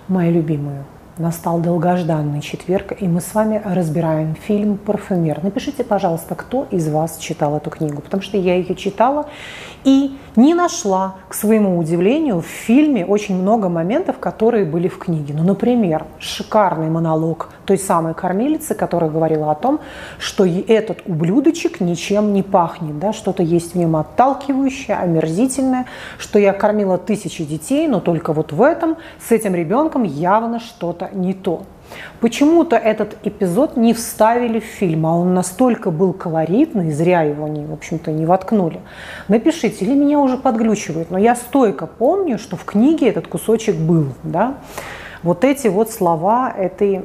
Мои любимые, настал долгожданный четверг, и мы с вами разбираем фильм «Парфюмер». Напишите, пожалуйста, кто из вас читал эту книгу, потому что я ее читала и не нашла, к своему удивлению, в фильме очень много моментов, которые были в книге. Ну, например, шикарный монолог той самой кормилицы, которая говорила о том, что этот ублюдочек ничем не пахнет, да, что-то есть в нем отталкивающее, омерзительное, что я кормила тысячи детей, но только вот в этом, с этим ребенком явно что-то не то. Почему-то этот эпизод не вставили в фильм, а он настолько был колоритный, зря его, в общем-то, не воткнули. Напишите, или меня уже подглючивают, но я стойко помню, что в книге этот кусочек был. Да? Вот эти вот слова этой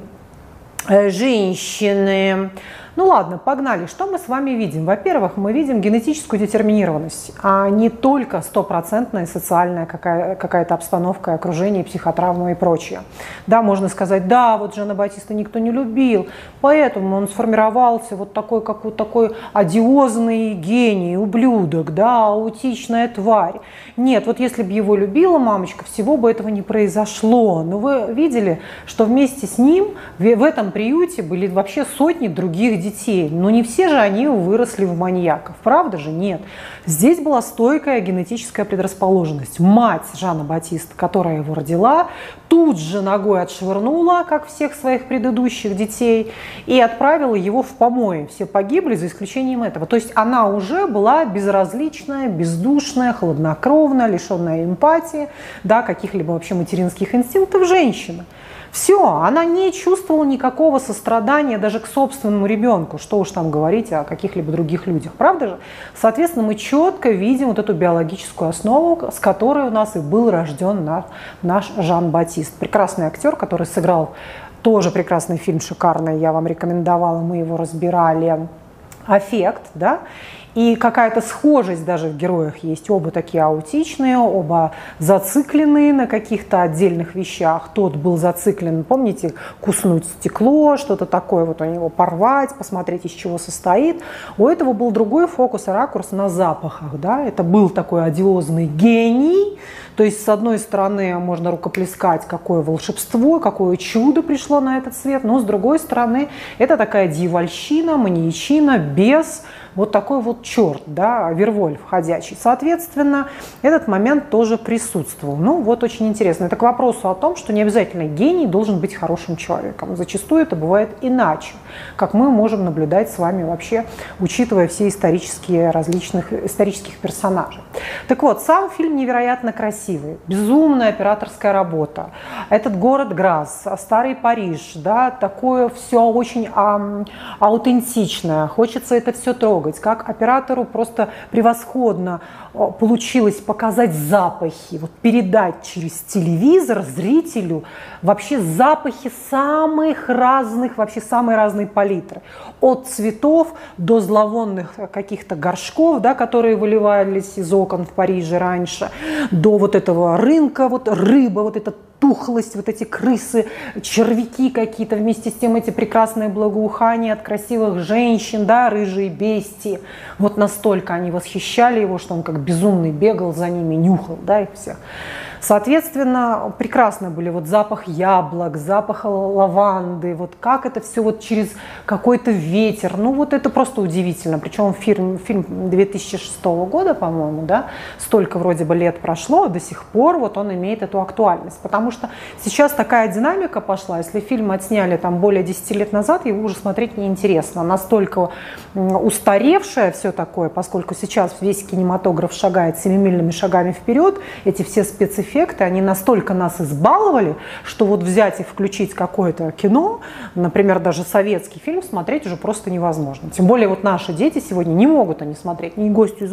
женщины. Ну ладно, погнали. Что мы с вами видим? Во-первых, мы видим генетическую детерминированность, а не только стопроцентная социальная какая-то обстановка, окружение, психотравма и прочее. Да, можно сказать, да, вот Жана Батиста никто не любил, поэтому он сформировался вот такой, как вот такой одиозный гений, ублюдок, да, аутичная тварь. Нет, вот если бы его любила мамочка, всего бы этого не произошло. Но вы видели, что вместе с ним в этом приюте были вообще сотни других детей. Но не все же они выросли в маньяков. Правда же? Нет. Здесь была стойкая генетическая предрасположенность. Мать Жана Батиста, которая его родила, тут же ногой отшвырнула, как всех своих предыдущих детей, и отправила его в помои. Все погибли, за исключением этого. То есть она уже была безразличная, бездушная, хладнокровная, лишенная эмпатии, да, каких-либо вообще материнских инстинктов женщина. Все, она не чувствовала никакого сострадания даже к собственному ребенку, что уж там говорить о каких-либо других людях, правда же? Соответственно, мы четко видим вот эту биологическую основу, с которой у нас и был рожден наш Жан Батист. Прекрасный актер, который сыграл тоже прекрасный фильм, шикарный, я вам рекомендовала, мы его разбирали, «Аффект», да? И какая-то схожесть даже в героях есть. Оба такие аутичные, оба зацикленные на каких-то отдельных вещах. Тот был зациклен, помните, куснуть стекло, что-то такое вот у него порвать, посмотреть, из чего состоит. У этого был другой фокус и ракурс на запахах. Да? Это был такой одиозный гений. То есть, с одной стороны, можно рукоплескать, какое волшебство, какое чудо пришло на этот свет, но с другой стороны, это такая дьявольщина, маньячина, бес, вот такой вот черт, да, Вервольф ходячий. Соответственно, этот момент тоже присутствовал. Ну, вот очень интересно. Это к вопросу о том, что не обязательно гений должен быть хорошим человеком. Зачастую это бывает иначе, как мы можем наблюдать с вами вообще, учитывая все различных исторических персонажей. Так вот, сам фильм невероятно красивый, безумная операторская работа. Этот город Граз, старый Париж, да, такое все очень аутентичное, хочется это все трогать. Как оператору просто превосходно получилось показать запахи, вот передать через телевизор зрителю вообще запахи самых разных, вообще самой разной палитры. От цветов до зловонных каких-то горшков, да, которые выливались из окон в Париже раньше, до вот этого рынка, вот рыба, вот эта тухлость, вот эти крысы, червяки какие-то, вместе с тем эти прекрасные благоухания от красивых женщин, да, рыжие бестии. Вот настолько они восхищали его, что он как безумный бегал за ними, нюхал, да, их всех. Соответственно, прекрасно были вот запах яблок, запах лаванды, вот как это все вот через какой-то ветер, ну вот это просто удивительно. Причем фильм 2006 года, по-моему, да, столько вроде бы лет прошло, до сих пор вот он имеет эту актуальность, потому что сейчас такая динамика пошла, если фильм отсняли там более 10 лет назад, его уже смотреть неинтересно, настолько устаревшее все такое, поскольку сейчас весь кинематограф шагает семимильными шагами вперед, эти все спецэффекты, они настолько нас избаловали, что вот взять и включить какое-то кино, например, даже советский фильм, смотреть уже просто невозможно. Тем более вот наши дети сегодня не могут они смотреть ни «Гостью из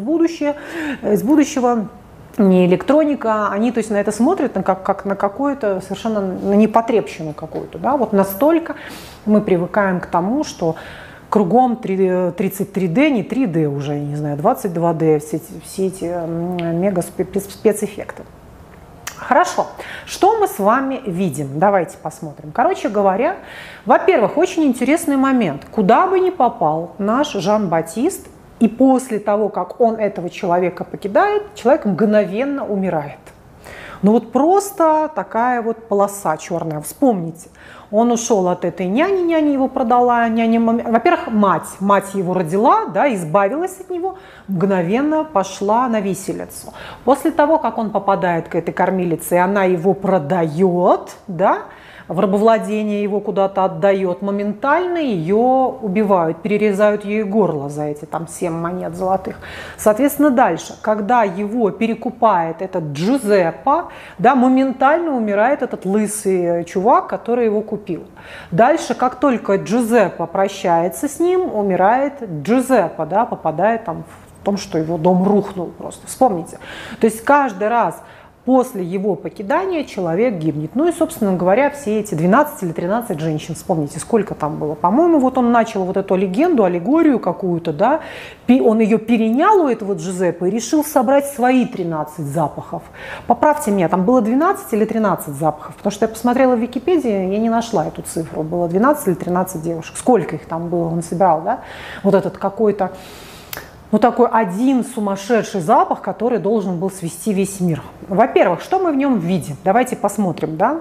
будущего», ни «Электроника», они, то есть, на это смотрят как на какую-то совершенно на непотребщину какую-то. Да? Вот настолько мы привыкаем к тому, что кругом 33D, не 3D уже, я не знаю, 22D, все эти мега спецэффекты. Хорошо, что мы с вами видим? Давайте посмотрим. Короче говоря, во-первых, очень интересный момент. Куда бы ни попал наш Жан Батист, и после того, как он этого человека покидает, человек мгновенно умирает. Ну вот просто такая вот полоса черная. Вспомните, он ушел от этой няни, няня его продала, во-первых, мать его родила, да, избавилась от него, мгновенно пошла на виселицу. После того, как он попадает к этой кормилице, и она его продает, да, в рабовладение его куда-то отдает, моментально ее убивают, перерезают ей горло за эти там 7 монет золотых. Соответственно, дальше, когда его перекупает этот Джузеппе, да, моментально умирает этот лысый чувак, который его купил. Дальше, как только Джузеппе прощается с ним, умирает Джузеппе, да, попадает там в том, что его дом рухнул просто. Вспомните. То есть каждый раз после его покидания человек гибнет. Ну и, собственно говоря, все эти 12 или 13 женщин, вспомните, сколько там было. По-моему, вот он начал вот эту легенду, аллегорию какую-то, да, он ее перенял у этого Джузеппе и решил собрать свои 13 запахов. Поправьте меня, там было 12 или 13 запахов, потому что я посмотрела в Википедии, я не нашла эту цифру, было 12 или 13 девушек. Сколько их там было, он собирал, да, вот этот какой-то, ну, такой один сумасшедший запах, который должен был свести весь мир. Во-первых, что мы в нем видим? Давайте посмотрим, да?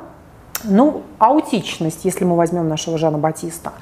Ну, аутичность, если мы возьмем нашего Жана Батиста,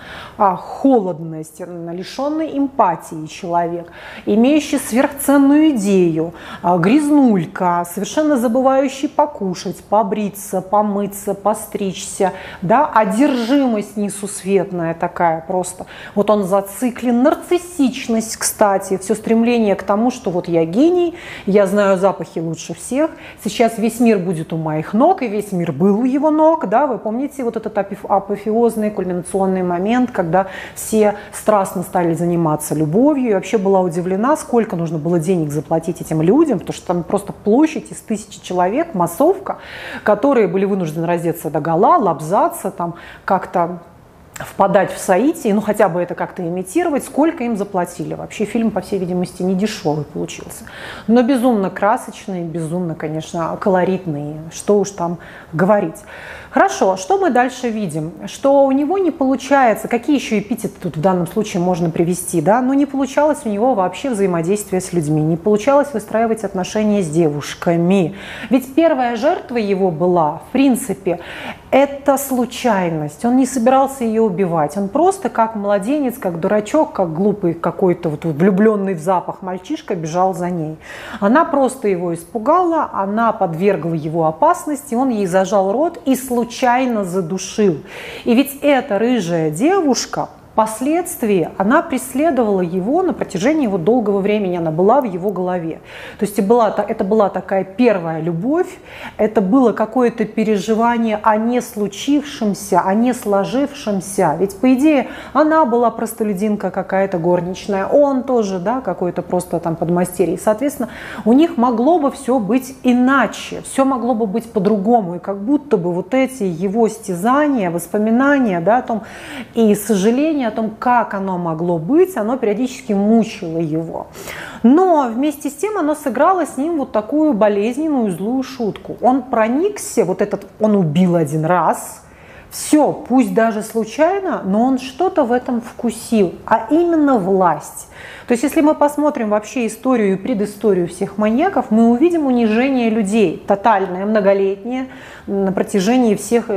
холодность, лишенный эмпатии человек, имеющий сверхценную идею, грязнулька, совершенно забывающий покушать, побриться, помыться, постричься, да, одержимость несусветная такая просто. Вот он зациклен, нарциссичность, кстати, все стремление к тому, что вот я гений, я знаю запахи лучше всех, сейчас весь мир будет у моих ног, и весь мир был у его ног. Да, вы помните вот этот апофеозный, кульминационный момент, когда все страстно стали заниматься любовью. И вообще была удивлена, сколько нужно было денег заплатить этим людям, потому что там просто площадь из 1000 человек, массовка, которые были вынуждены раздеться догола, лобзаться, там как-то впадать в соитие, ну хотя бы это как-то имитировать, сколько им заплатили. Вообще фильм, по всей видимости, не дешевый получился, но безумно красочный, безумно, конечно, колоритный, что уж там говорить. Хорошо, что мы дальше видим? Что у него не получается, какие еще эпитеты тут в данном случае можно привести, да? Но не получалось у него вообще взаимодействие с людьми, не получалось выстраивать отношения с девушками. Ведь первая жертва его была, в принципе, это случайность. Он не собирался ее убивать, он просто как младенец, как дурачок, как глупый какой-то вот влюбленный в запах мальчишка бежал за ней. Она просто его испугала, она подвергла его опасности, он ей зажал рот и случайно задушил. И ведь эта рыжая девушка, впоследствии она преследовала его на протяжении вот долгого времени, она была в его голове. То есть это была такая первая любовь, это было какое-то переживание о не случившемся, о не сложившемся. Ведь, по идее, она была простолюдинка какая-то горничная, он тоже, да, какой-то просто там подмастерье. И, соответственно, у них могло бы все быть иначе, все могло бы быть по-другому. И как будто бы вот эти его стязания, воспоминания, да, о том и сожаления о том, как оно могло быть, оно периодически мучило его. Но вместе с тем оно сыграло с ним вот такую болезненную злую шутку. Он проникся, он убил один раз, все, пусть даже случайно, но он что-то в этом вкусил, а именно власть. То есть если мы посмотрим вообще историю и предысторию всех маньяков, мы увидим унижение людей, тотальное, многолетнее, на протяжении всех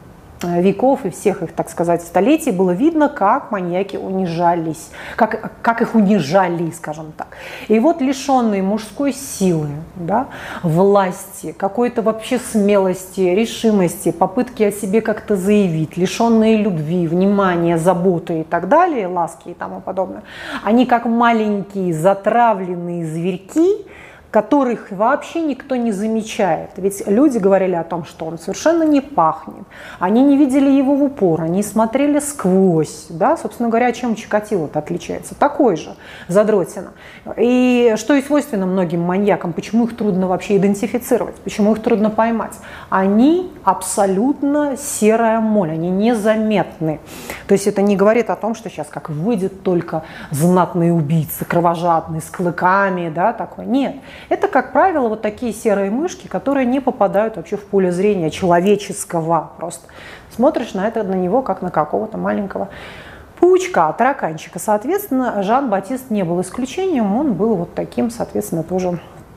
веков и всех их, так сказать, столетий было видно, как маньяки унижались, как их унижали, скажем так. И вот лишенные мужской силы, да, власти, какой-то вообще смелости, решимости, попытки о себе как-то заявить, лишенные любви, внимания, заботы и так далее, ласки и тому подобное, они как маленькие затравленные зверьки, которых вообще никто не замечает. Ведь люди говорили о том, что он совершенно не пахнет. Они не видели его в упор, они смотрели сквозь. Да? Собственно говоря, чем Чикатило-то отличается? Такой же, задротина. И что и свойственно многим маньякам, почему их трудно вообще идентифицировать, почему их трудно поймать. Они абсолютно серая моль, они незаметны. То есть это не говорит о том, что сейчас как выйдет только знатный убийца, кровожадный, с клыками, да, такой. Нет. Это, как правило, вот такие серые мышки, которые не попадают вообще в поле зрения человеческого. Просто смотришь на него, как на какого-то маленького паучка, тараканчика. Соответственно, Жан-Батист не был исключением, он был вот таким, соответственно, тоже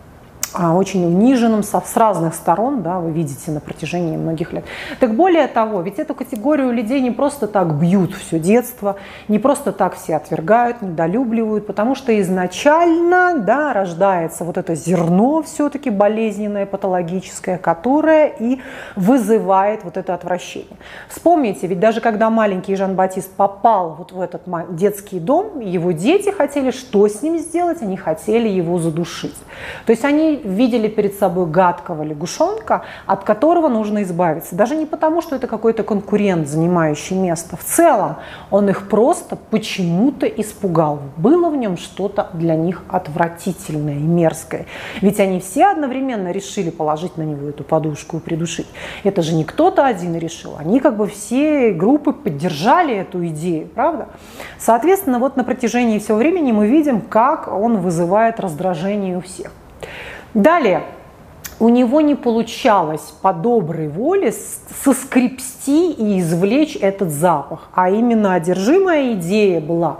очень униженным с разных сторон, да, вы видите на протяжении многих лет. Так более того, ведь эту категорию людей не просто так бьют все детство, не просто так все отвергают, недолюбливают, потому что изначально, да, рождается вот это зерно все-таки болезненное, патологическое, которое и вызывает вот это отвращение. Вспомните, ведь даже когда маленький Жан-Батист попал вот в этот детский дом, его дети хотели что с ним сделать? Они хотели его задушить. То есть они видели перед собой гадкого лягушонка, от которого нужно избавиться. Даже не потому, что это какой-то конкурент, занимающий место. В целом он их просто почему-то испугал. Было в нем что-то для них отвратительное и мерзкое. Ведь они все одновременно решили положить на него эту подушку и придушить. Это же не кто-то один решил. Они как бы все группы поддержали эту идею, правда? Соответственно, вот на протяжении всего времени мы видим, как он вызывает раздражение у всех. Далее, у него не получалось по доброй воле соскребсти и извлечь этот запах, а именно одержимая идея была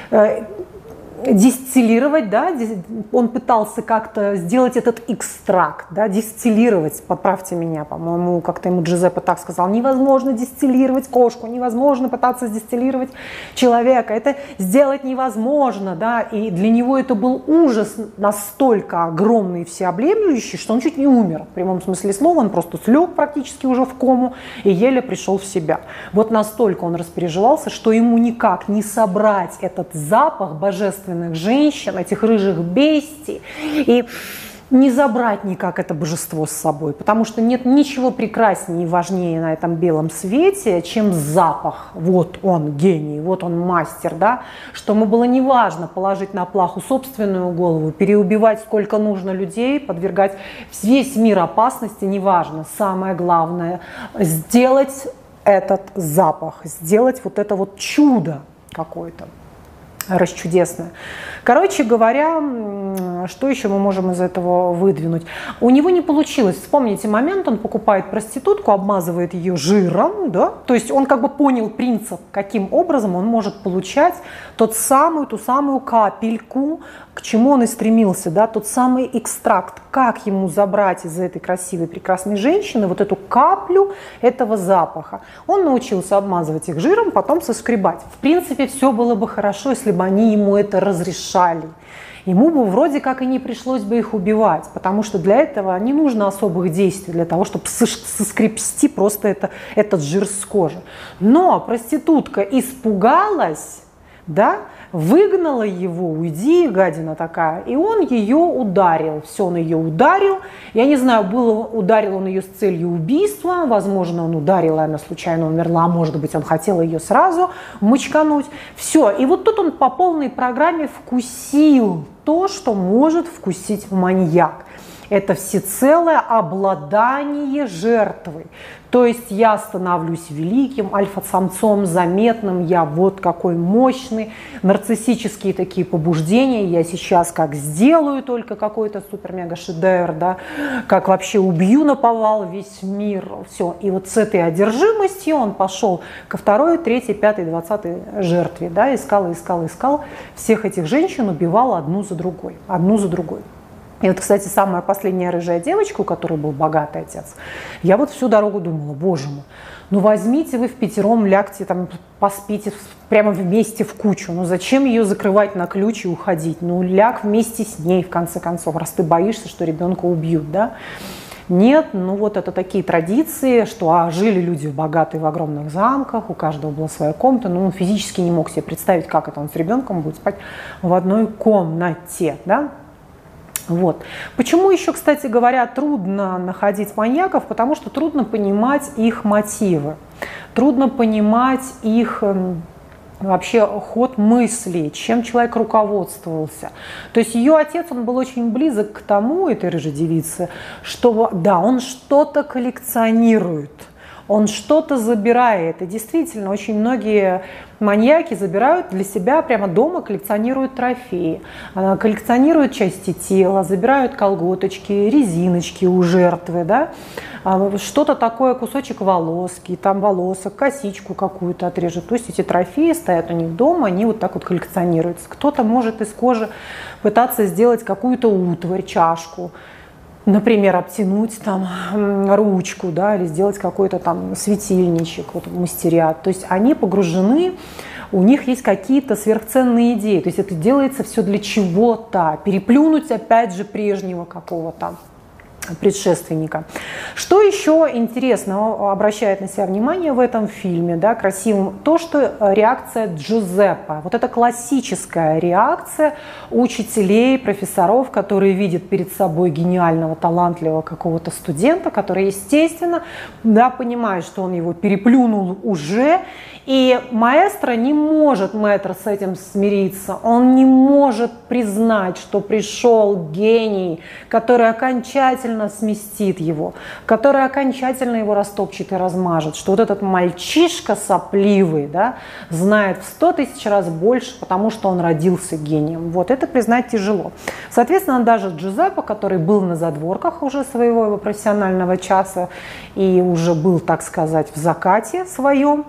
дистиллировать, да, он пытался как-то сделать этот экстракт, да, дистиллировать, поправьте меня, по-моему, как-то ему Джузеппе так сказал, невозможно дистиллировать кошку, невозможно пытаться дистиллировать человека, это сделать невозможно, да, и для него это был ужас настолько огромный и всеобъемлющий, что он чуть не умер, в прямом смысле слова, он просто слег практически уже в кому и еле пришел в себя. Вот настолько он распереживался, что ему никак не собрать этот запах божественный женщин, этих рыжих бестий, и не забрать никак это божество с собой, потому что нет ничего прекраснее и важнее на этом белом свете, чем запах. Вот он гений, вот он мастер, да, что ему было неважно положить на плаху собственную голову, переубивать сколько нужно людей, подвергать весь мир опасности, неважно. Самое главное – сделать этот запах, сделать вот это вот чудо какое-то. Расчудесное. Короче говоря, что еще мы можем из этого выдвинуть? У него не получилось. Вспомните момент, он покупает проститутку, обмазывает ее жиром, да? То есть он как бы понял принцип, каким образом он может получать ту самую капельку, к чему он и стремился, да? Тот самый экстракт, как ему забрать из этой красивой, прекрасной женщины вот эту каплю этого запаха. Он научился обмазывать их жиром, потом соскребать. В принципе, все было бы хорошо, если бы они ему это разрешали. Ему бы вроде как и не пришлось бы их убивать, потому что для этого не нужно особых действий, для того, чтобы соскребсти просто этот жир с кожи. Но проститутка испугалась, да, выгнала его, уйди, гадина такая, и он ее ударил. Все, он ее ударил. Я не знаю, ударил он ее с целью убийства, возможно, он ударил, и она случайно умерла, а может быть, он хотел ее сразу мочкануть. Все, и вот тут он по полной программе вкусил то, что может вкусить маньяк. Это всецелое обладание жертвой. То есть я становлюсь великим, альфа-самцом, заметным, я вот какой мощный, нарциссические такие побуждения, я сейчас как сделаю только какой-то супер-мега-шедевр, да, как вообще убью наповал весь мир, все. И вот с этой одержимостью он пошел ко второй, третьей, пятой, 20-й жертве, да, искал всех этих женщин, убивал одну за другой. И вот, кстати, самая последняя рыжая девочка, у которой был богатый отец, я вот всю дорогу думала, боже мой, ну возьмите вы впятером, лягте там, поспите прямо вместе в кучу, ну зачем ее закрывать на ключ и уходить, ну ляг вместе с ней в конце концов, раз ты боишься, что ребенка убьют, да. Нет, ну вот это такие традиции, что жили люди богатые в огромных замках, у каждого была своя комната, но он физически не мог себе представить, как это он с ребенком будет спать в одной комнате, да. Вот. Почему еще, кстати говоря, трудно находить маньяков? Потому что трудно понимать их мотивы, трудно понимать их вообще ход мыслей, чем человек руководствовался. То есть ее отец, он был очень близок к тому, этой рыжей девице, что да, он что-то коллекционирует, он что-то забирает. И действительно, очень многие маньяки забирают для себя прямо дома, коллекционируют трофеи, коллекционируют части тела, забирают колготочки, резиночки у жертвы, да? Что-то такое, кусочек волоски, там волосок, косичку какую-то отрежет. То есть эти трофеи стоят у них дома, они вот так вот коллекционируются. Кто-то может из кожи пытаться сделать какую-то утварь, чашку. например, обтянуть там ручку, да, или сделать какой-то там светильничек, вот мастерят. То есть они погружены, у них есть какие-то сверхценные идеи. То есть это делается все для чего-то. Переплюнуть опять же прежнего какого-то предшественника. Что еще интересно обращает на себя внимание в этом фильме, да, красивым, то, что реакция Джузеппе. Вот это классическая реакция учителей, профессоров, которые видят перед собой гениального, талантливого какого-то студента, который, естественно, да, понимает, что он его переплюнул уже, и маэстро не может, мэтр, с этим смириться. Он не может признать, что пришел гений, который окончательно сместит его, который окончательно его растопчет и размажет, что вот этот мальчишка сопливый, да, знает в 100 тысяч раз больше, потому что он родился гением. Вот это признать тяжело. Соответственно, даже Джузеппе, который был на задворках уже своего профессионального часа и уже был, так сказать, в закате своем,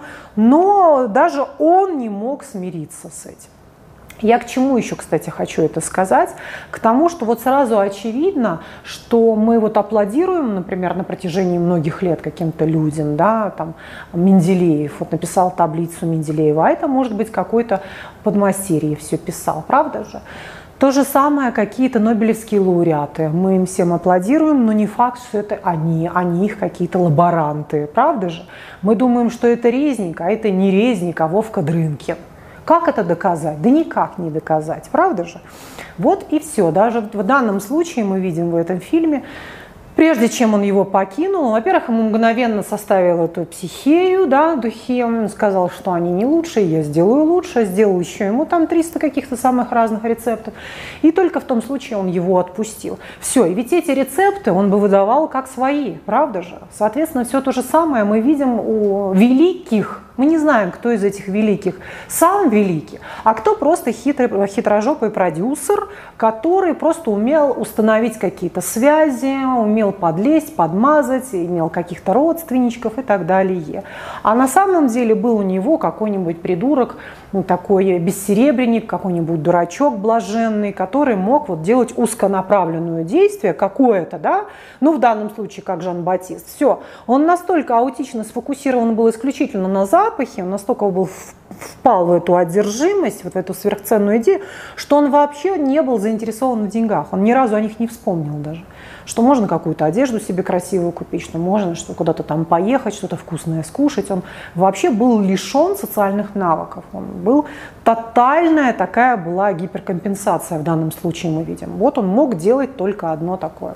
но даже он не мог смириться с этим. Я к чему еще, кстати, хочу это сказать? К тому, что вот сразу очевидно, что мы вот аплодируем, например, на протяжении многих лет каким-то людям, да, там Менделеев, вот написал таблицу Менделеева, а это может быть какой-то подмастерье все писал, правда же? То же самое какие-то нобелевские лауреаты. Мы им всем аплодируем, но не факт, что это они их какие-то лаборанты, правда же? Мы думаем, что это Резник, а это не Резник, а Вовка Дрынкин. Как это доказать? Да никак не доказать, правда же? Вот и все. Даже в данном случае мы видим в этом фильме, прежде чем он его покинул, во-первых, ему мгновенно составил эту психею, да, духи, он сказал, что они не лучшие, я сделаю лучше, сделал еще ему там 300 каких-то самых разных рецептов, и только в том случае он его отпустил. Все, и ведь эти рецепты он бы выдавал как свои, правда же? Соответственно, все то же самое мы видим у великих. Мы не знаем, кто из этих великих сам великий, а кто просто хитрожопый продюсер, который просто умел установить какие-то связи, умел подлезть, подмазать, имел каких-то родственничков и так далее. А на самом деле был у него какой-нибудь придурок, такой бессеребренник, какой-нибудь дурачок блаженный, который мог вот делать узконаправленное действие какое-то, да, ну в данном случае как Жан-Батист. Все, он настолько аутично сфокусирован был исключительно на запахе, он настолько был впал в эту одержимость, вот в эту сверхценную идею, что он вообще не был заинтересован в деньгах, он ни разу о них не вспомнил даже. Что можно какую-то одежду себе красивую купить, что можно что куда-то там поехать, что-то вкусное скушать. Он вообще был лишен социальных навыков. Он был тотальная такая была гиперкомпенсация в данном случае мы видим. Вот он мог делать только одно такое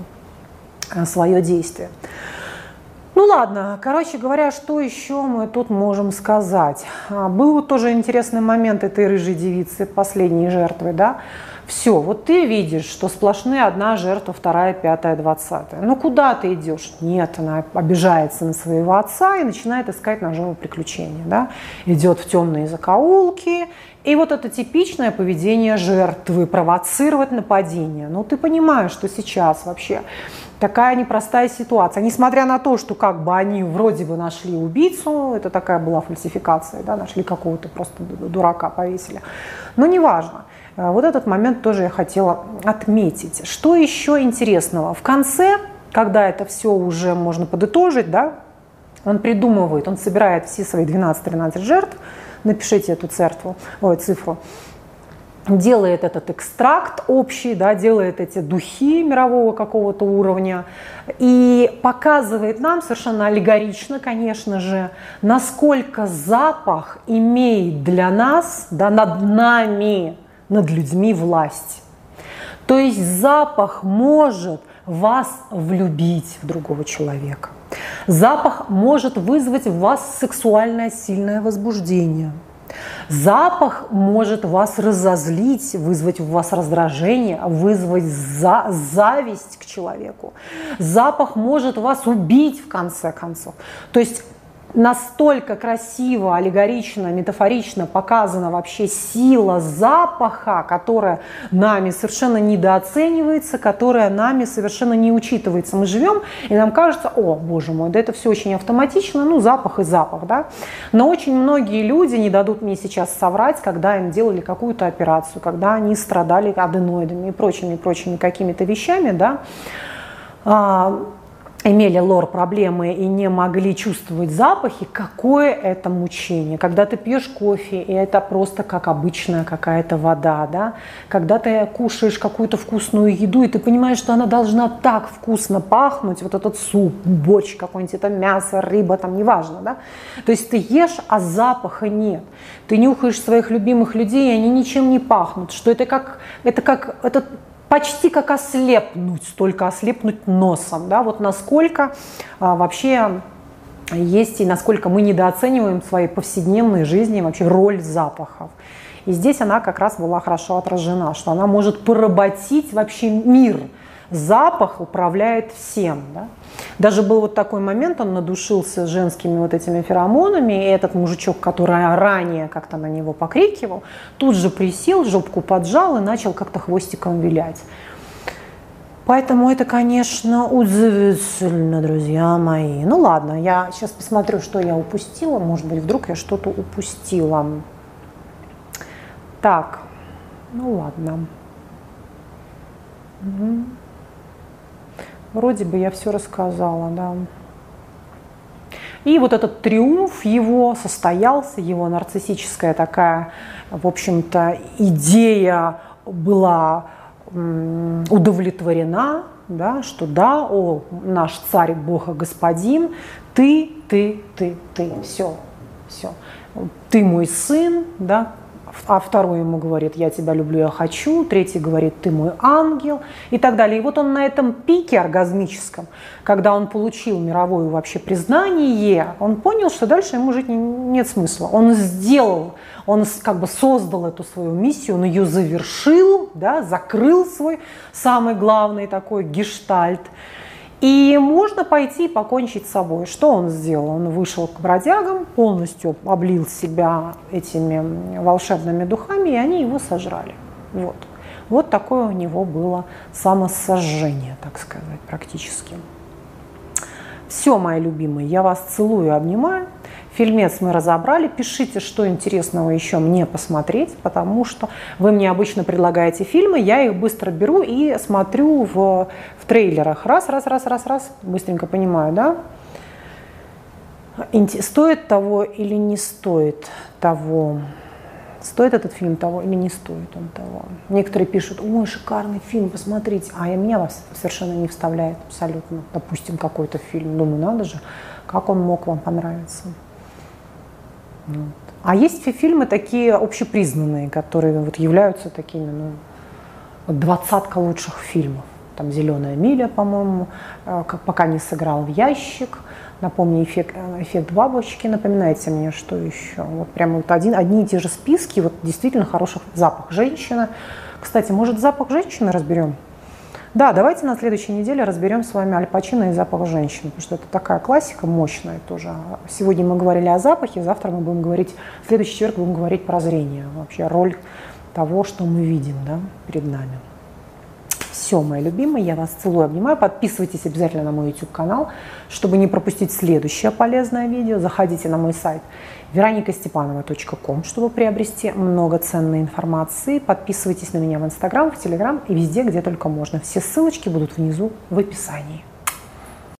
свое действие. Ну ладно, короче говоря, что еще мы тут можем сказать? Был тоже интересный момент этой рыжей девицы, последней жертвы, да? Все, вот ты видишь, что сплошные одна жертва, вторая, пятая, 20-я. Ну куда ты идешь? Нет, она обижается на своего отца и начинает искать ножевое приключение. Да? Идет в темные закоулки. И вот это типичное поведение жертвы, провоцировать нападение. Ну ты понимаешь, что сейчас вообще такая непростая ситуация. Несмотря на то, что как бы они вроде бы нашли убийцу, это такая была фальсификация, да? Нашли какого-то просто дурака, повесили. Но неважно. Вот этот момент тоже я хотела отметить. Что еще интересного? В конце, когда это все уже можно подытожить, да, он придумывает, он собирает все свои 12-13 жертв, напишите эту цифру, делает этот экстракт общий, да, делает эти духи мирового какого-то уровня и показывает нам совершенно аллегорично, конечно же, насколько запах имеет для нас, да, над нами, над людьми власть. То есть запах может вас влюбить в другого человека. Запах может вызвать в вас сексуальное сильное возбуждение. Запах может вас разозлить, вызвать в вас раздражение, вызвать зависть к человеку. Запах может вас убить в конце концов. То есть настолько красиво, аллегорично, метафорично показана вообще сила запаха, которая нами совершенно недооценивается, которая нами совершенно не учитывается. Мы живем, и нам кажется, о, боже мой, да это все очень автоматично, ну запах и запах, да. Но очень многие люди, не дадут мне сейчас соврать, когда им делали какую-то операцию, когда они страдали аденоидами и прочими какими-то вещами, да, имели лор-проблемы и не могли чувствовать запахи, какое это мучение. Когда ты пьешь кофе, и это просто как обычная какая-то вода, да? Когда ты кушаешь какую-то вкусную еду, и ты понимаешь, что она должна так вкусно пахнуть, вот этот суп, борщ какой-нибудь, это мясо, рыба, там, неважно, да? То есть ты ешь, а запаха нет. Ты нюхаешь своих любимых людей, и они ничем не пахнут. Что это почти как ослепнуть, только ослепнуть носом. Да? Вот насколько вообще есть и насколько мы недооцениваем в своей повседневной жизни вообще роль запахов. И здесь она как раз была хорошо отражена, что она может поработить вообще мир. Запах управляет всем. Да? Даже был вот такой момент, он надушился женскими вот этими феромонами, и этот мужичок, который ранее как-то на него покрикивал, тут же присел, жопку поджал и начал как-то хвостиком вилять. Поэтому это, конечно, удивительно, друзья мои. Ну ладно, я сейчас посмотрю, что я упустила. Может быть, вдруг я что-то упустила. Так, ну ладно. Угу. Вроде бы я все рассказала, да. И вот этот триумф его состоялся, его нарциссическая такая, в общем-то, идея была удовлетворена, да, что да, о, наш царь, Бог и господин, ты, все, ты мой сын, да. А второй ему говорит: я тебя люблю, я хочу. Третий говорит: ты мой ангел, и так далее. И вот он на этом пике оргазмическом, когда он получил мировое вообще признание, он понял, что дальше ему жить нет смысла. Он сделал, он как бы создал эту свою миссию, он ее завершил, да, закрыл свой самый главный такой гештальт. И можно пойти и покончить с собой. Что он сделал? Он вышел к бродягам, полностью облил себя этими волшебными духами, и они его сожрали. Вот такое у него было самосожжение, так сказать, практически. Все, мои любимые, я вас целую и обнимаю. Фильмец мы разобрали. Пишите, что интересного еще мне посмотреть, потому что вы мне обычно предлагаете фильмы, я их быстро беру и смотрю в трейлерах. Раз, быстренько понимаю, да? Стоит того или не стоит того? Стоит этот фильм того или не стоит он того? Некоторые пишут: ой, шикарный фильм, посмотрите. А меня совершенно не вставляет абсолютно. Допустим, какой-то фильм. Думаю, надо же, как он мог вам понравиться. А есть фильмы такие общепризнанные, которые вот являются такими, двадцатка лучших фильмов. Там «Зеленая миля», по-моему, «Пока не сыграл в ящик». Напомню, эффект бабочки. Напоминайте мне, что еще. Вот прямо вот одни и те же списки, вот действительно хороших. «Запах женщины». Кстати, может, «Запах женщины» разберем? Да, давайте на следующей неделе разберем с вами Аль Пачино и «Запах женщины», потому что это такая классика, мощная тоже. Сегодня мы говорили о запахе, завтра мы будем говорить, в следующий четверг будем говорить про зрение, вообще роль того, что мы видим, да, перед нами. Все, мои любимые, я вас целую, обнимаю. Подписывайтесь обязательно на мой YouTube-канал, чтобы не пропустить следующее полезное видео. Заходите на мой сайт veronikastепанова.com, чтобы приобрести много ценной информации. Подписывайтесь на меня в Instagram, в Telegram и везде, где только можно. Все ссылочки будут внизу в описании.